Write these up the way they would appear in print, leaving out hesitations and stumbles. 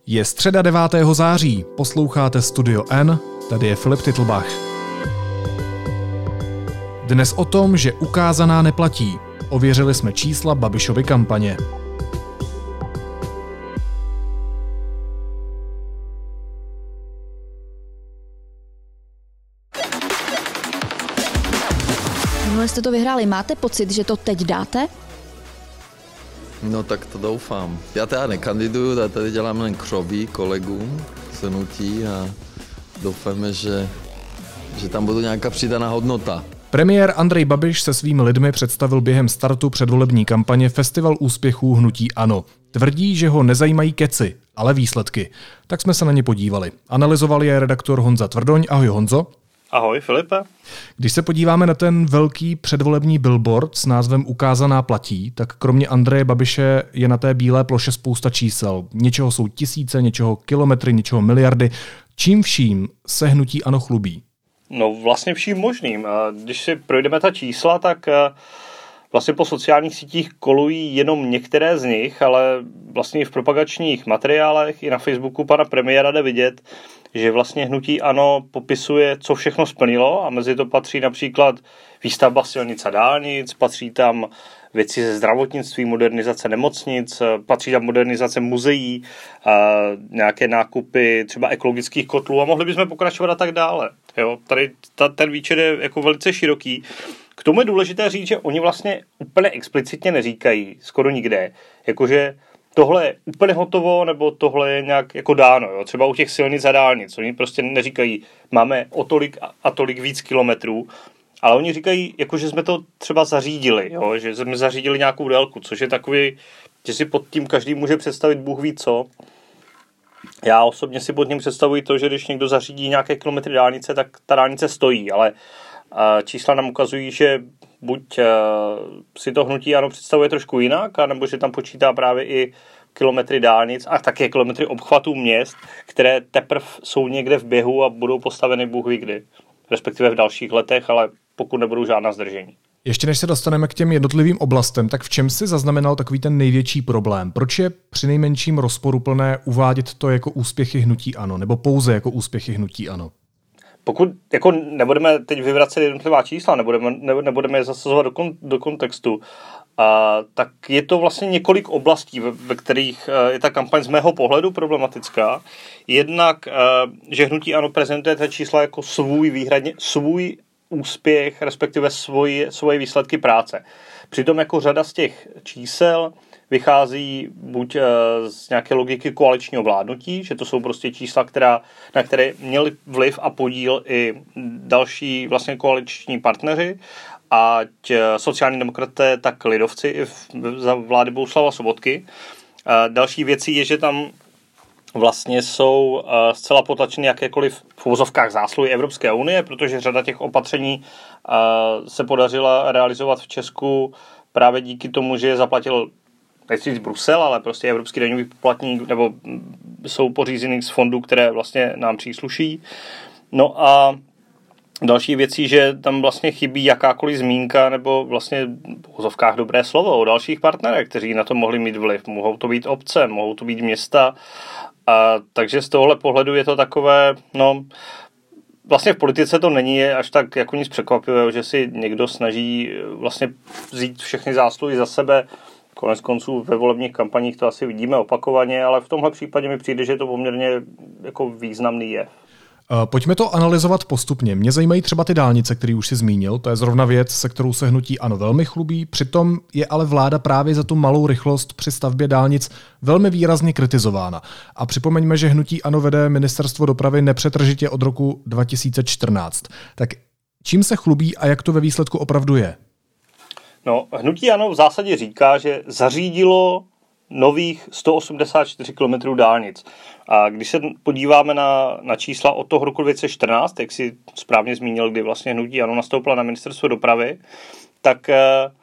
Je středa 9. září, posloucháte Studio N, tady je Filip Titlbach. Dnes o tom, že ukázaná neplatí. Ověřili jsme čísla Babišovy kampaně. Minule jste to vyhráli, máte pocit, že to teď dáte? No tak to doufám. Já teda nekandiduju, já tady dělám jen křoví kolegům z hnutí a doufáme, že tam bude nějaká přidaná hodnota. Premiér Andrej Babiš se svými lidmi představil během startu předvolební kampaně Festival úspěchů hnutí ANO. Tvrdí, že ho nezajímají keci, ale výsledky. Tak jsme se na ně podívali. Analyzoval je redaktor Honza Tvrdoň. Ahoj Honzo. Ahoj Filipe. Když se podíváme na ten velký předvolební billboard s názvem Ukázaná platí, tak kromě Andreje Babiše je na té bílé ploše spousta čísel. Něčeho jsou tisíce, něčeho kilometry, něčeho miliardy. Čím vším se hnutí ANO chlubí? No vlastně vším možným. Když si projdeme ta čísla, tak vlastně po sociálních sítích kolují jenom některé z nich, ale vlastně i v propagačních materiálech i na Facebooku pana premiéra jde vidět, že vlastně hnutí ANO popisuje, co všechno splnilo a mezi to patří například výstavba silnic a dálnic, patří tam věci ze zdravotnictví, modernizace nemocnic, patří tam modernizace muzeí, nějaké nákupy třeba ekologických kotlů a mohli bychom pokračovat a tak dále. Jo, tady ten výčet je jako velice široký. K tomu je důležité říct, že oni vlastně úplně explicitně neříkají skoro nikde, jakože tohle je úplně hotovo, nebo tohle je nějak jako dáno. Jo? Třeba u těch silnic a dálnic. Oni prostě neříkají, máme o tolik a tolik víc kilometrů, ale oni říkají, jako, že jsme to třeba zařídili, jo? Že jsme zařídili nějakou délku, což je takový, že si pod tím každý může představit Bůh ví co. Já osobně si pod tím představuji to, že když někdo zařídí nějaké kilometry dálnice, tak ta dálnice stojí, ale čísla nám ukazují, že buď si to hnutí ANO představuje trošku jinak, anebo že tam počítá právě i kilometry dálnic a také kilometry obchvatů měst, které teprve jsou někde v běhu a budou postaveny Bůh ví kdy, respektive v dalších letech, ale pokud nebudou žádná zdržení. Ještě než se dostaneme k těm jednotlivým oblastem, tak v čem si zaznamenal takový ten největší problém? Proč je přinejmenším rozporuplné uvádět to jako úspěchy hnutí ANO, nebo pouze jako úspěchy hnutí ANO? Pokud jako nebudeme teď vyvracet jednotlivá čísla, nebudeme je zasazovat do kontextu, tak je to vlastně několik oblastí, ve kterých je ta kampaň z mého pohledu problematická. Jednak, že hnutí ANO prezentuje ta čísla jako výhradně svůj úspěch, respektive svoje výsledky práce. Přitom jako řada z těch čísel vychází buď z nějaké logiky koaličního vládnutí, že to jsou prostě čísla, na které měli vliv a podíl i další vlastně koaliční partneři, ať sociální demokraté, tak lidovci i za vlády Bohuslava Sobotky. Další věcí je, že tam vlastně jsou zcela potlačeny jakékoliv v uvozovkách zásluhy Evropské unie, protože řada těch opatření se podařila realizovat v Česku právě díky tomu, že je zaplatil nechci říct Brusel, ale prostě evropský daňový poplatník, nebo jsou pořízeny z fondů, které vlastně nám přísluší. No a další věcí, že tam vlastně chybí jakákoliv zmínka nebo vlastně v uvozovkách dobré slovo o dalších partnerech, kteří na to mohli mít vliv. Mohou to být obce, mohou to být města. Takže z tohohle pohledu je to takové, vlastně v politice to není až tak jako nic překvapivého, že si někdo snaží vlastně vzít všechny zásluhy za sebe. Konec konců ve volebních kampaních to asi vidíme opakovaně, ale v tomhle případě mi přijde, že je to poměrně jako významný jev. Pojďme to analyzovat postupně. Mě zajímají třeba ty dálnice, které už si zmínil. To je zrovna věc, se kterou se hnutí ANO velmi chlubí. Přitom je ale vláda právě za tu malou rychlost při stavbě dálnic velmi výrazně kritizována. A připomeňme, že hnutí ANO vede ministerstvo dopravy nepřetržitě od roku 2014. Tak čím se chlubí a jak to ve výsledku opravdu je? No, hnutí ANO v zásadě říká, že zařídilo nových 184 km dálnic. A když se podíváme na čísla od toho roku 2014, jak si správně zmínil, kdy vlastně hnutí ANO nastoupila na ministerstvo dopravy, tak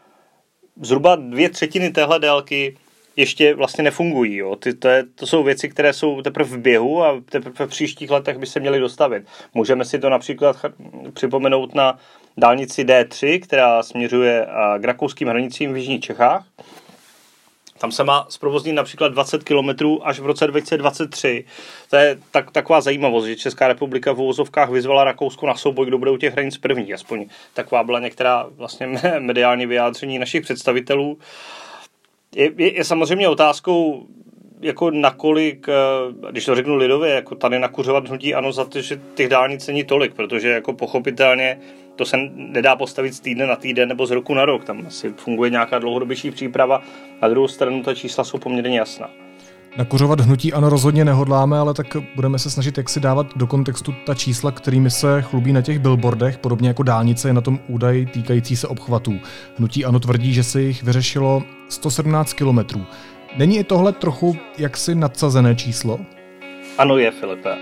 zhruba 2/3 téhle délky ještě vlastně nefungují. Jo. To jsou věci, které jsou teprve v běhu a teprve v příštích letech by se měly dostavit. Můžeme si to například připomenout na dálnici D3, která směřuje k rakouským hranicím v jižních Čechách. Tam se má zprovoznit například 20 kilometrů až v roce 2023. To je taková zajímavost, že Česká republika v uvozovkách vyzvala Rakousko na souboj, kdo bude u těch hranic první. Aspoň taková byla některá vlastně mediální vyjádření našich představitelů. Je samozřejmě otázkou, jako nakolik, když to řeknu lidově, jako tady nakuřovat hnutí ANO za to, že těch dálnic není tolik, protože jako pochopitelně to se nedá postavit z týdne na týden nebo z roku na rok. Tam asi funguje nějaká dlouhodobější příprava. Na druhou stranu ta čísla jsou poměrně jasná. Nakuřovat hnutí ANO rozhodně nehodláme, ale tak budeme se snažit jak si dávat do kontextu ta čísla, kterými se chlubí na těch billboardech, podobně jako dálnice je na tom údaj týkající se obchvatů. Hnutí ANO tvrdí, že se jich vyřešilo 117 kilometrů. Není i tohle trochu jaksi nadsazené číslo? Ano je, Filipe.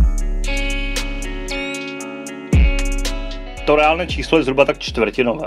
To reálné číslo je zhruba tak čtvrtinové.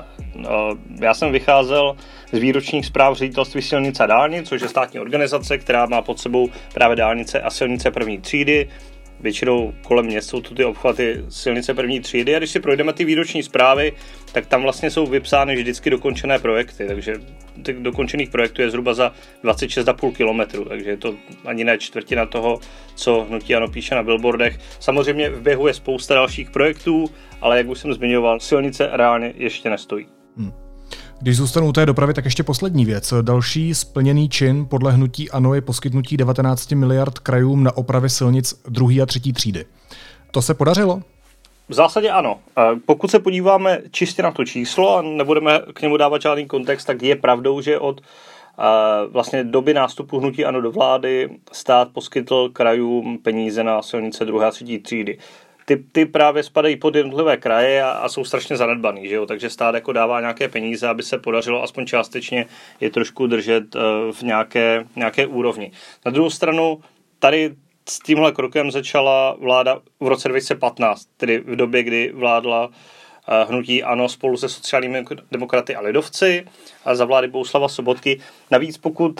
Já jsem vycházel z výročních zpráv Ředitelství silnic a dálnic, což je státní organizace, která má pod sebou právě dálnice a silnice první třídy. Většinou kolem měst jsou tu ty obchvaty silnice první třídy a když si projdeme ty výroční zprávy, tak tam vlastně jsou vypsány vždycky dokončené projekty, takže těch dokončených projektů je zhruba za 26,5 kilometru, takže je to ani ne čtvrtina toho, co hnutí ANO píše na billboardech. Samozřejmě v běhu je spousta dalších projektů, ale jak už jsem zmiňoval, silnice reálně ještě nestojí. Když zůstanu u té dopravy, tak ještě poslední věc. Další splněný čin podle hnutí ANO je poskytnutí 19 miliard krajům na opravy silnic 2. a 3. třídy. To se podařilo? V zásadě ano. Pokud se podíváme čistě na to číslo a nebudeme k němu dávat žádný kontext, tak je pravdou, že od vlastně doby nástupu hnutí ANO do vlády stát poskytl krajům peníze na silnice 2. a 3. třídy. Ty právě spadají pod jednotlivé kraje a jsou strašně zanedbaný, že jo? Takže stát jako dává nějaké peníze, aby se podařilo aspoň částečně je trošku držet v nějaké úrovni. Na druhou stranu tady s tímhle krokem začala vláda v roce 2015, tedy v době, kdy vládla hnutí ANO spolu se sociálními demokraty a lidovci a za vlády Bohuslava Sobotky. Navíc pokud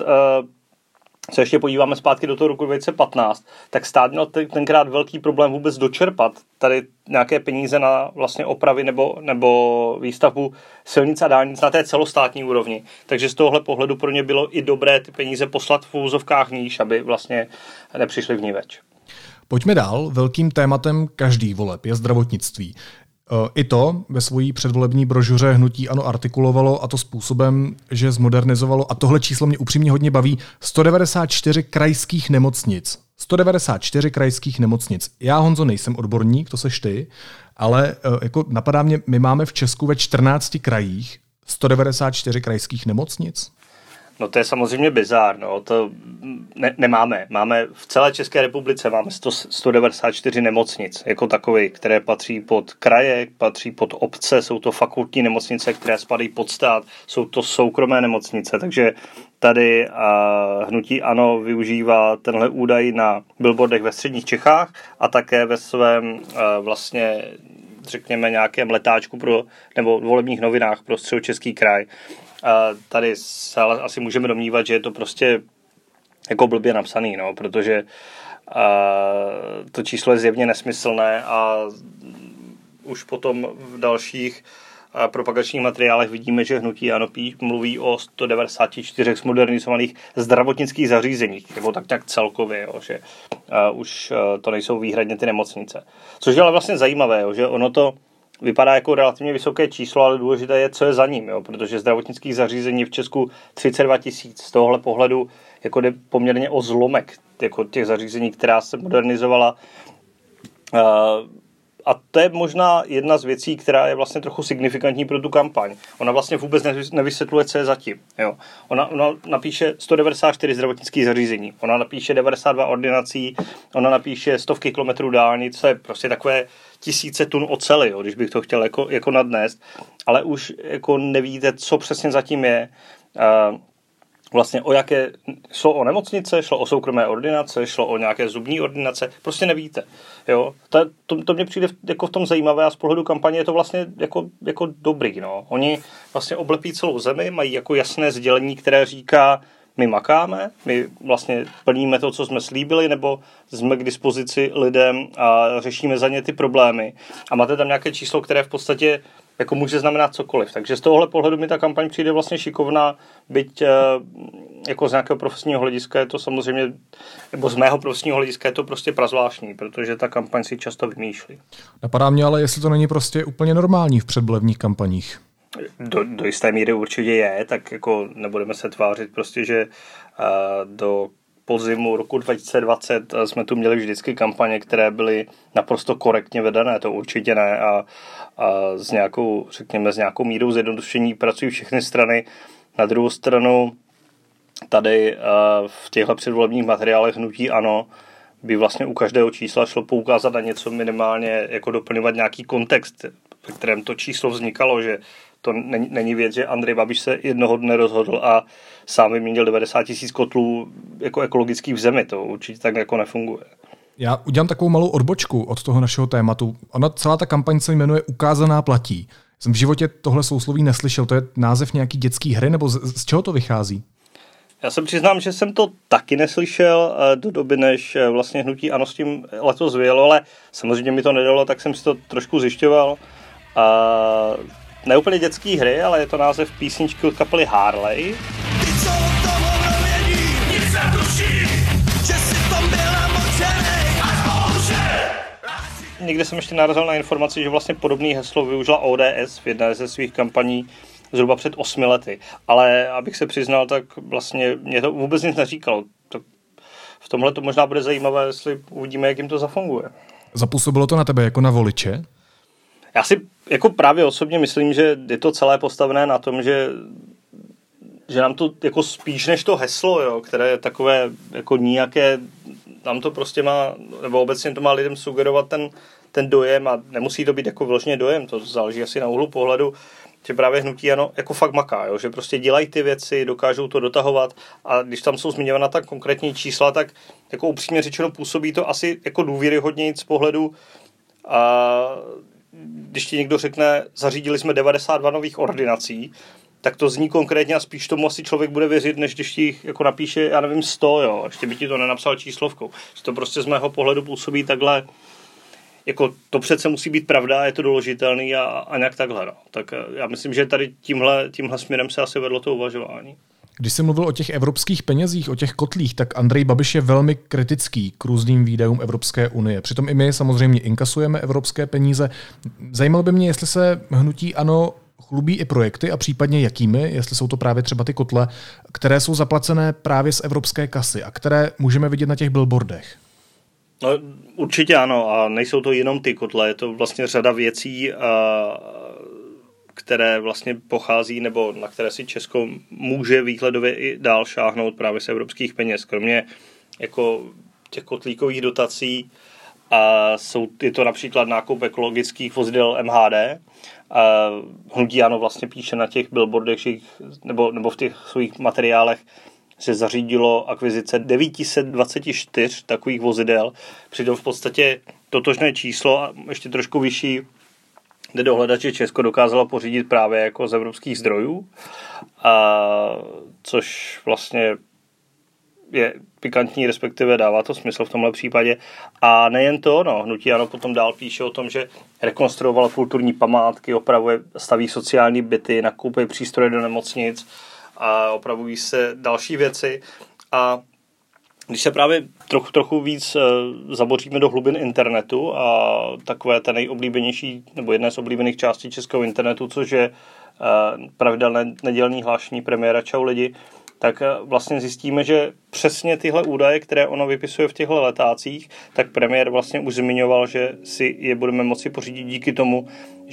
se ještě podíváme zpátky do toho roku 2015, tak stát měl tenkrát velký problém vůbec dočerpat tady nějaké peníze na vlastně opravy nebo výstavbu silnic a dálnic na té celostátní úrovni. Takže z tohohle pohledu pro ně bylo i dobré ty peníze poslat v úzovkách níž, aby vlastně nepřišli vniveč. Pojďme dál. Velkým tématem každých voleb je zdravotnictví. I to ve svojí předvolební brožuře hnutí ANO artikulovalo, a to způsobem, že zmodernizovalo, a tohle číslo mě upřímně hodně baví, 194 krajských nemocnic. 194 krajských nemocnic. Já, Honzo, nejsem odborník, to seš ty, ale jako napadá mě, my máme v Česku ve 14 krajích 194 krajských nemocnic. No to je samozřejmě bizár, no, to nemáme. Máme v celé České republice máme 194 nemocnic jako takové, které patří pod kraje, patří pod obce, jsou to fakultní nemocnice, které spadají pod stát, jsou to soukromé nemocnice, takže tady hnutí ANO využívá tenhle údaj na billboardech ve středních Čechách a také ve svém vlastně řekněme nějakém letáčku nebo volebních novinách pro Středočeský kraj. Tady se asi můžeme domnívat, že je to prostě jako blbě napsaný, no, protože to číslo je zjevně nesmyslné a už potom v dalších propagačních materiálech vidíme, že hnutí ANO mluví o 194 modernizovaných zdravotnických zařízeních, nebo tak nějak celkově, jo, že už to nejsou výhradně ty nemocnice. Což je ale vlastně zajímavé, jo, že ono to vypadá jako relativně vysoké číslo, ale důležité je, co je za ním, jo, protože zdravotnických zařízení v Česku 32 000. Z tohohle pohledu jako jde poměrně o zlomek jako těch zařízení, která se modernizovala. A to je možná jedna z věcí, která je vlastně trochu signifikantní pro tu kampaň. Ona vlastně vůbec nevysvětluje, co je zatím. Jo. Ona napíše 194 zdravotnických zařízení, ona napíše 92 ordinací, ona napíše stovky kilometrů dálnic, to je prostě takové tisíce tun oceli, jo, když bych to chtěl jako nadnést, ale už jako nevíte, co přesně zatím je. Vlastně o jaké, šlo o nemocnice, šlo o soukromé ordinace, šlo o nějaké zubní ordinace, prostě nevíte. Jo? To mně přijde jako v tom zajímavé a z pohledu kampaně je to vlastně jako dobrý. No. Oni vlastně oblepí celou zemi, mají jako jasné sdělení, které říká, my makáme, my vlastně plníme to, co jsme slíbili, nebo jsme k dispozici lidem a řešíme za ně ty problémy. A máte tam nějaké číslo, které v podstatě jako může znamenat cokoliv. Takže z tohohle pohledu mi ta kampaň přijde vlastně šikovná, byť jako z nějakého profesního hlediska je to samozřejmě, nebo z mého profesního hlediska je to prostě prazvláštní, protože ta kampaň si často vymýšlí. Napadá mě ale, jestli to není prostě úplně normální v předvolebních kampaních. Do jisté míry určitě je, tak jako nebudeme se tvářit prostě, že do podzimu roku 2020 jsme tu měli vždycky kampaně, které byly naprosto korektně vedené, to určitě ne a s nějakou, řekněme, s nějakou mírou zjednodušení pracují všechny strany. Na druhou stranu tady v těchto předvolebních materiálech hnutí ANO by vlastně u každého čísla šlo poukázat na něco minimálně, jako doplňovat nějaký kontext, ve kterém to číslo vznikalo, že to není věc, že Andrej Babiš se jednoho dne rozhodl a sám vyměnil 90 000 kotlů jako ekologických v zemi. To určitě tak jako nefunguje. Já udělám takovou malou odbočku od toho našeho tématu. Ona celá ta kampaň se jmenuje Ukázaná platí. Jsem v životě tohle sousloví neslyšel. To je název nějaký dětský hry, nebo z čeho to vychází? Já se přiznám, že jsem to taky neslyšel do doby, než vlastně hnutí ANO s tím letos vyjelo, ale samozřejmě mi to nedalo, tak jsem si to trošku zjišťoval. Ne úplně dětský hry, ale je to název písničky od kapely Harley. Někde jsem ještě narazil na informaci, že vlastně podobné heslo využila ODS v jedné ze svých kampaní zhruba před 8 lety. Ale abych se přiznal, tak vlastně mě to vůbec nic neříkalo. Tak v tomhle to možná bude zajímavé, jestli uvidíme, jak jim to zafunguje. Zapůsobilo to na tebe jako na voliče? Já si jako právě osobně myslím, že je to celé postavené na tom, že nám to jako spíš než to heslo, jo, které je takové jako níjaké, nám to prostě má, nebo obecně to má lidem sugerovat ten dojem a nemusí to být jako vyloženě dojem, to záleží asi na úhlu pohledu, že právě hnutí ANO jako fakt maká, jo, že prostě dělají ty věci, dokážou to dotahovat a když tam jsou zmiňována tak konkrétní čísla, tak jako upřímně řečeno působí to asi jako důvěryhodněji z pohledu a když ti někdo řekne, zařídili jsme 92 nových ordinací, tak to zní konkrétně a spíš tomu asi člověk bude věřit, než když ti jako napíše, já nevím, 100, jo, ještě by ti to nenapsal číslovkou. Že to prostě z mého pohledu působí takhle, jako to přece musí být pravda, je to doložitelný a nějak takhle, no. Tak já myslím, že tady tímhle směrem se asi vedlo to uvažování. Když jsi mluvil o těch evropských penězích, o těch kotlích, tak Andrej Babiš je velmi kritický k různým výdajům Evropské unie. Přitom i my samozřejmě inkasujeme evropské peníze. Zajímalo by mě, jestli se hnutí ANO chlubí i projekty a případně jakými, jestli jsou to právě třeba ty kotle, které jsou zaplacené právě z evropské kasy a které můžeme vidět na těch billboardech. No, určitě ano a nejsou to jenom ty kotle, je to vlastně řada věcí, které vlastně pochází nebo na které si Česko může výhledově i dál šáhnout právě z evropských peněz. Kromě jako těch kotlíkových dotací je to například nákup ekologických vozidel MHD. Hnutí ANO vlastně píše na těch billboardech, nebo v těch svých materiálech se zařídilo akvizice 924 takových vozidel. Přitom v podstatě totožné číslo a ještě trošku vyšší jde dohledat, že Česko dokázalo pořídit právě jako z evropských zdrojů, což vlastně je pikantní, respektive dává to smysl v tomhle případě. A nejen to, hnutí ANO potom dál píše o tom, že rekonstruovalo kulturní památky, staví sociální byty, nakupuje přístroje do nemocnic a opravují se další věci. A když se právě trochu víc zaboříme do hlubin internetu a takové ta nejoblíbenější, nebo jedné z oblíbených částí českého internetu, což je pravidelné nedělní hlášení premiéra Čau lidi, tak vlastně zjistíme, že přesně tyhle údaje, které ono vypisuje v těchto letácích, tak premiér vlastně už zmiňoval, že si je budeme moci pořídit díky tomu,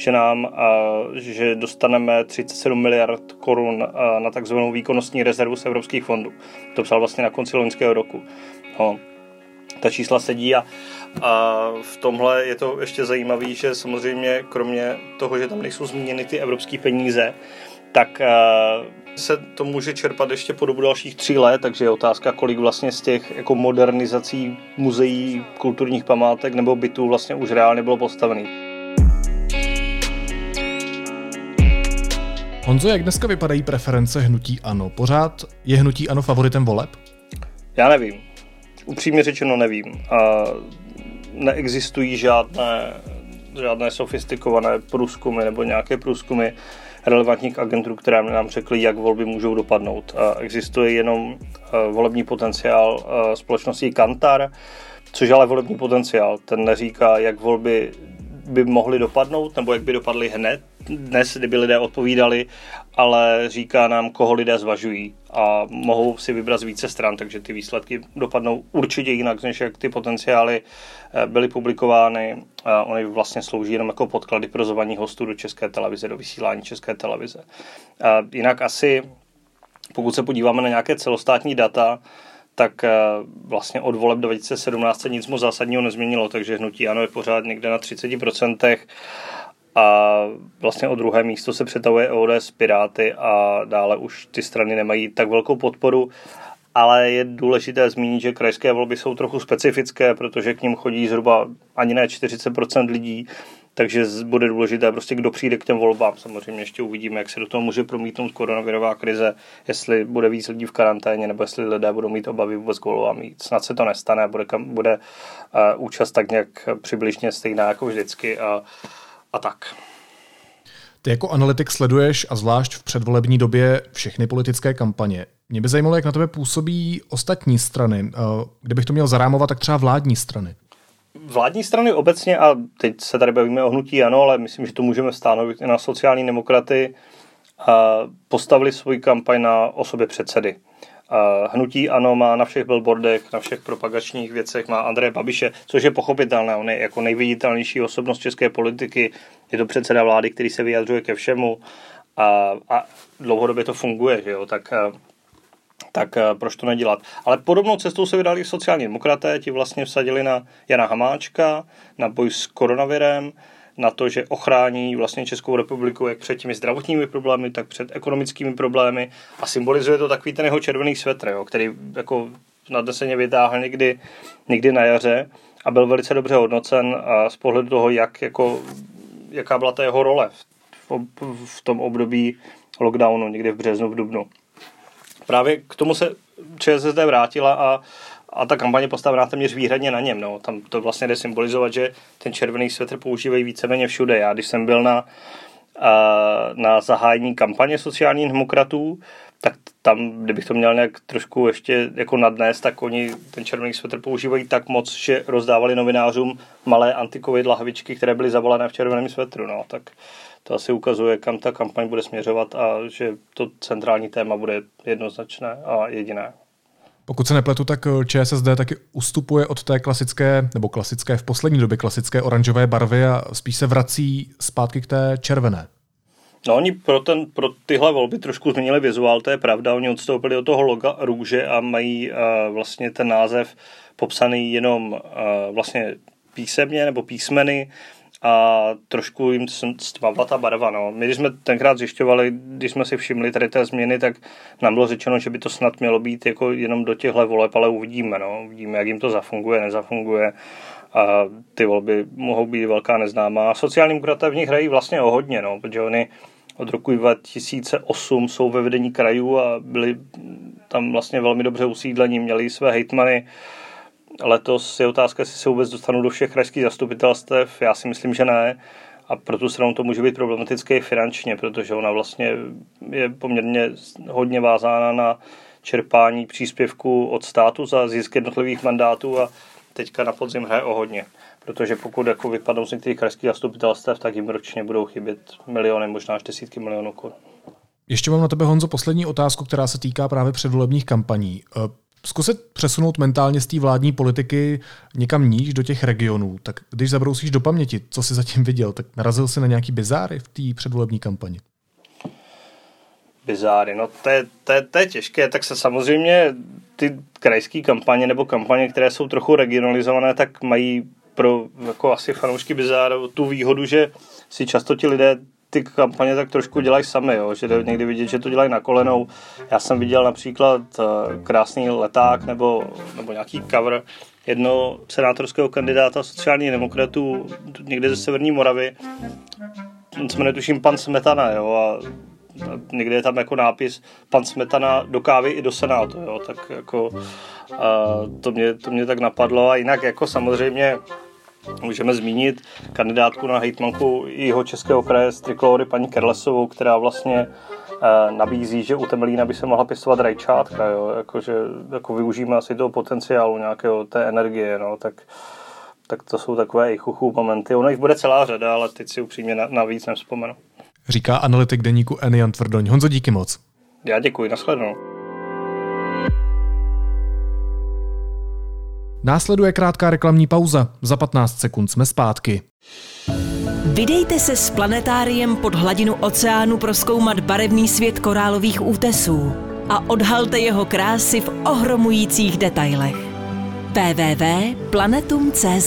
že dostaneme 37 miliard korun na takzvanou výkonnostní rezervu z evropských fondů. To psal vlastně na konci loňského roku. No, ta čísla sedí a v tomhle je to ještě zajímavé, že samozřejmě kromě toho, že tam nejsou zmíněny ty evropské peníze, tak se to může čerpat ještě po dobu dalších 3 let, takže je otázka, kolik vlastně z těch jako modernizací muzeí, kulturních památek nebo bytů vlastně už reálně bylo postavený. Honzo, jak dneska vypadají preference hnutí ANO? Pořád je hnutí ANO favoritem voleb? Já nevím. Upřímně řečeno nevím. Neexistují žádné žádné sofistikované průzkumy nebo nějaké průzkumy relevantních agentur, které nám řekly, jak volby můžou dopadnout. Existuje jenom volební potenciál společnosti Kantar, což je ale volební potenciál. Ten neříká, jak volby by mohly dopadnout, nebo jak by dopadly hned dnes, kdyby lidé odpovídali, ale říká nám, koho lidé zvažují a mohou si vybrat z více stran, takže ty výsledky dopadnou určitě jinak, než jak ty potenciály byly publikovány. Ony vlastně slouží jenom jako podklady pro zvaní hostů do České televize, do vysílání České televize. Jinak asi, pokud se podíváme na nějaké celostátní data, tak vlastně od voleb 2017 se nic moc zásadního nezměnilo, takže hnutí ANO je pořád někde na 30% a vlastně o druhé místo se přetahuje ODS, Piráty a dále už ty strany nemají tak velkou podporu, ale je důležité zmínit, že krajské volby jsou trochu specifické, protože k nim chodí zhruba ani ne 40% lidí, takže bude důležité prostě, kdo přijde k těm volbám. Samozřejmě ještě uvidíme, jak se do toho může promítnout koronavirová krize, jestli bude víc lidí v karanténě, nebo jestli lidé budou mít obavy vůbec k volbám jít. Snad se to nestane, bude účast tak nějak přibližně stejná jako vždycky a tak. Ty jako analytik sleduješ a zvlášť v předvolební době všechny politické kampaně. Mě by zajímalo, jak na tebe působí ostatní strany. Kdybych to měl zarámovat, tak třeba vládní strany. Vládní strany obecně, a teď se tady bavíme o hnutí ANO, ale myslím, že to můžeme stáhnout i na sociální demokraty, postavili svůj kampaň na osobě předsedy. Hnutí ANO má na všech billboardech, na všech propagačních věcech, má Andreje Babiše, což je pochopitelné, on je jako nejviditelnější osobnost české politiky, je to předseda vlády, který se vyjadřuje ke všemu a dlouhodobě to funguje, že jo, tak proč to nedělat. Ale podobnou cestou se vydali sociální demokraté, ti vlastně vsadili na Jana Hamáčka, na boj s koronavirem, na to, že ochrání vlastně Českou republiku jak před těmi zdravotními problémy, tak před ekonomickými problémy a symbolizuje to takový ten jeho červený svetr, jo, který jako nadneseně vytáhl někdy na jaře a byl velice dobře hodnocen a z pohledu toho, jaká byla ta jeho role v tom období lockdownu, někdy v březnu, v dubnu. Právě k tomu se ČSSD vrátila a ta kampaně postavená téměř výhradně na něm. No. Tam to vlastně jde symbolizovat, že ten červený svetr používají víceméně všude. Já když jsem byl na zahájení kampaně sociálních demokratů, tak tam, kdybych to měl nějak trošku ještě jako nadnést, tak oni ten červený svetr používají tak moc, že rozdávali novinářům malé anti-covid lahvičky, které byly zabalené v červeném svetru. No. Tak to asi ukazuje, kam ta kampaň bude směřovat a že to centrální téma bude jednoznačné a jediné. Pokud se nepletu, tak ČSSD taky ustupuje od té klasické v poslední době klasické oranžové barvy a spíš se vrací zpátky k té červené. No oni pro tyhle volby trošku změnili vizuál, to je pravda, oni odstoupili od toho loga růže a mají vlastně ten název popsaný jenom vlastně písemně nebo písmeny a trošku jim stmavla ta barva. No. My, když jsme tenkrát zjišťovali, když jsme si všimli tady té změny, tak nám bylo řečeno, že by to snad mělo být jako jenom do těchto voleb, ale uvidíme. No. Uvidíme, jak jim to zafunguje, nezafunguje. A ty volby mohou být velká neznámá. Sociální demokraté v nich hrají vlastně o hodně, no, protože oni od roku 2008 jsou ve vedení krajů a byli tam vlastně velmi dobře usídlení, měli své hejtmany. Letos je otázka, jestli se vůbec dostanou do všech krajských zastupitelstev. Já si myslím, že ne. A pro tu stranu to může být problematické i finančně, protože ona vlastně je poměrně hodně vázána na čerpání příspěvků od státu za zisk jednotlivých mandátů a teďka na podzim hraje o hodně. Protože pokud jako vypadnou z některých krajských zastupitelstev, tak jim ročně budou chybět miliony, možná až desítky milionů korun. Ještě mám na tebe, Honzo, poslední otázku, která se týká právě předvolebních kampaní. Zkusit přesunout mentálně z té vládní politiky někam níž do těch regionů. Tak když zabrousíš do paměti, co jsi zatím viděl, tak narazil jsi na nějaký bizáry v té předvolební kampani? Bizáry, no to je těžké, tak se samozřejmě ty krajské kampaně nebo kampaně, které jsou trochu regionalizované, tak mají pro jako asi fanoušky bizáru tu výhodu, že si často ti lidé ty kampaně tak trošku dělají sami, jo? Že jde někdy vidět, že to dělají na kolenou. Já jsem viděl například krásný leták nebo nějaký cover jednoho senátorského kandidáta sociálních demokratů někde ze severní Moravy. On se jmenuje, tuším, pan Smetana, jo? A někde je tam jako nápis pan Smetana do kávy i do Senátu, jo? Tak jako to mě tak napadlo a jinak jako samozřejmě Můžeme zmínit kandidátku na hejtmanku Jihočeského kraje z Trikolóry paní Kerlesovou, která vlastně nabízí, že u Temelína by se mohla pěstovat rajčátka, jo? Jako využijeme asi toho potenciálu nějakého té energie, no? Tak to jsou takové i chuchů momenty. Ono jich bude celá řada, ale teď si upřímně navíc nevzpomenu. Říká analytik deníku N. Jan Tvrdoň. Honzo, díky moc. Já děkuji, nashledanou. Následuje krátká reklamní pauza. Za 15 sekund jsme zpátky. Vydejte se s planetáriem pod hladinu oceánu prozkoumat barevný svět korálových útesů a odhalte jeho krásy v ohromujících detailech. www.planetum.cz.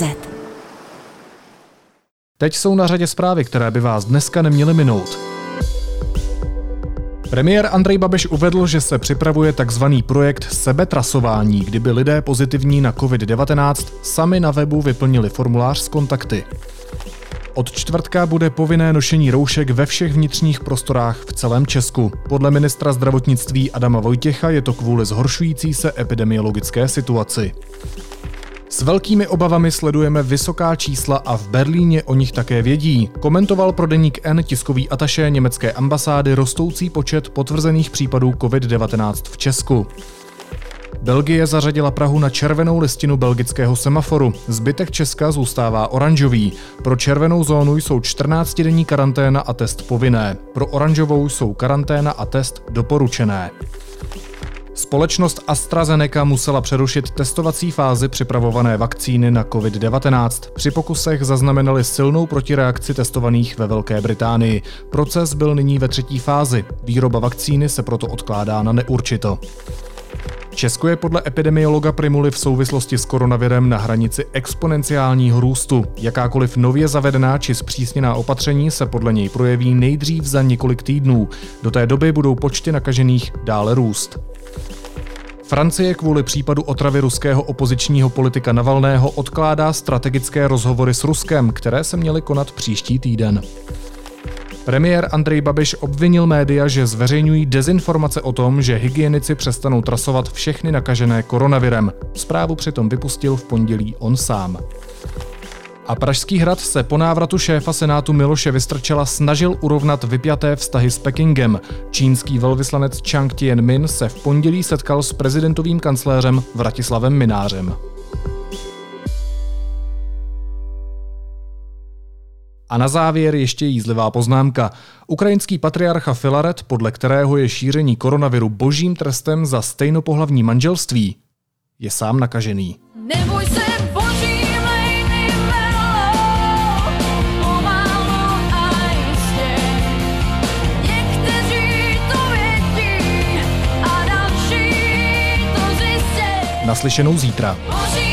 Teď jsou na řadě zprávy, které by vás dneska neměly minout. Premiér Andrej Babiš uvedl, že se připravuje takzvaný projekt sebetrasování, kdyby lidé pozitivní na COVID-19 sami na webu vyplnili formulář s kontakty. Od čtvrtka bude povinné nošení roušek ve všech vnitřních prostorách v celém Česku. Podle ministra zdravotnictví Adama Vojtěcha je to kvůli zhoršující se epidemiologické situaci. S velkými obavami sledujeme vysoká čísla a v Berlíně o nich také vědí. Komentoval pro deník N tiskový atašé německé ambasády rostoucí počet potvrzených případů COVID-19 v Česku. Belgie zařadila Prahu na červenou listinu belgického semaforu. Zbytek Česka zůstává oranžový. Pro červenou zónu jsou 14denní karanténa a test povinné. Pro oranžovou jsou karanténa a test doporučené. Společnost AstraZeneca musela přerušit testovací fázi připravované vakcíny na COVID-19. Při pokusech zaznamenali silnou protireakci testovaných ve Velké Británii. Proces byl nyní ve 3. fázi. Výroba vakcíny se proto odkládá na neurčito. Česko je podle epidemiologa Primuly v souvislosti s koronavirem na hranici exponenciálního růstu. Jakákoliv nově zavedená či zpřísněná opatření se podle něj projeví nejdřív za několik týdnů. Do té doby budou počty nakažených dále růst. Francie kvůli případu otravy ruského opozičního politika Navalného odkládá strategické rozhovory s Ruskem, které se měly konat příští týden. Premiér Andrej Babiš obvinil média, že zveřejňují dezinformace o tom, že hygienici přestanou trasovat všechny nakažené koronavirem. Zprávu přitom vypustil v pondělí on sám. A Pražský hrad se po návratu šéfa Senátu Miloše Vystrčila snažil urovnat vypjaté vztahy s Pekingem. Čínský velvyslanec Chang Tianmin se v pondělí setkal s prezidentovým kancléřem Vratislavem Mynářem. A na závěr ještě jízlivá poznámka. Ukrajinský patriarcha Filaret, podle kterého je šíření koronaviru božím trestem za stejnopohlavní manželství, je sám nakažený. Neboj se, boží lejny velou, pomalu a jistě. Někteří to vědí a další to zjistí. Naslyšenou zítra. Boží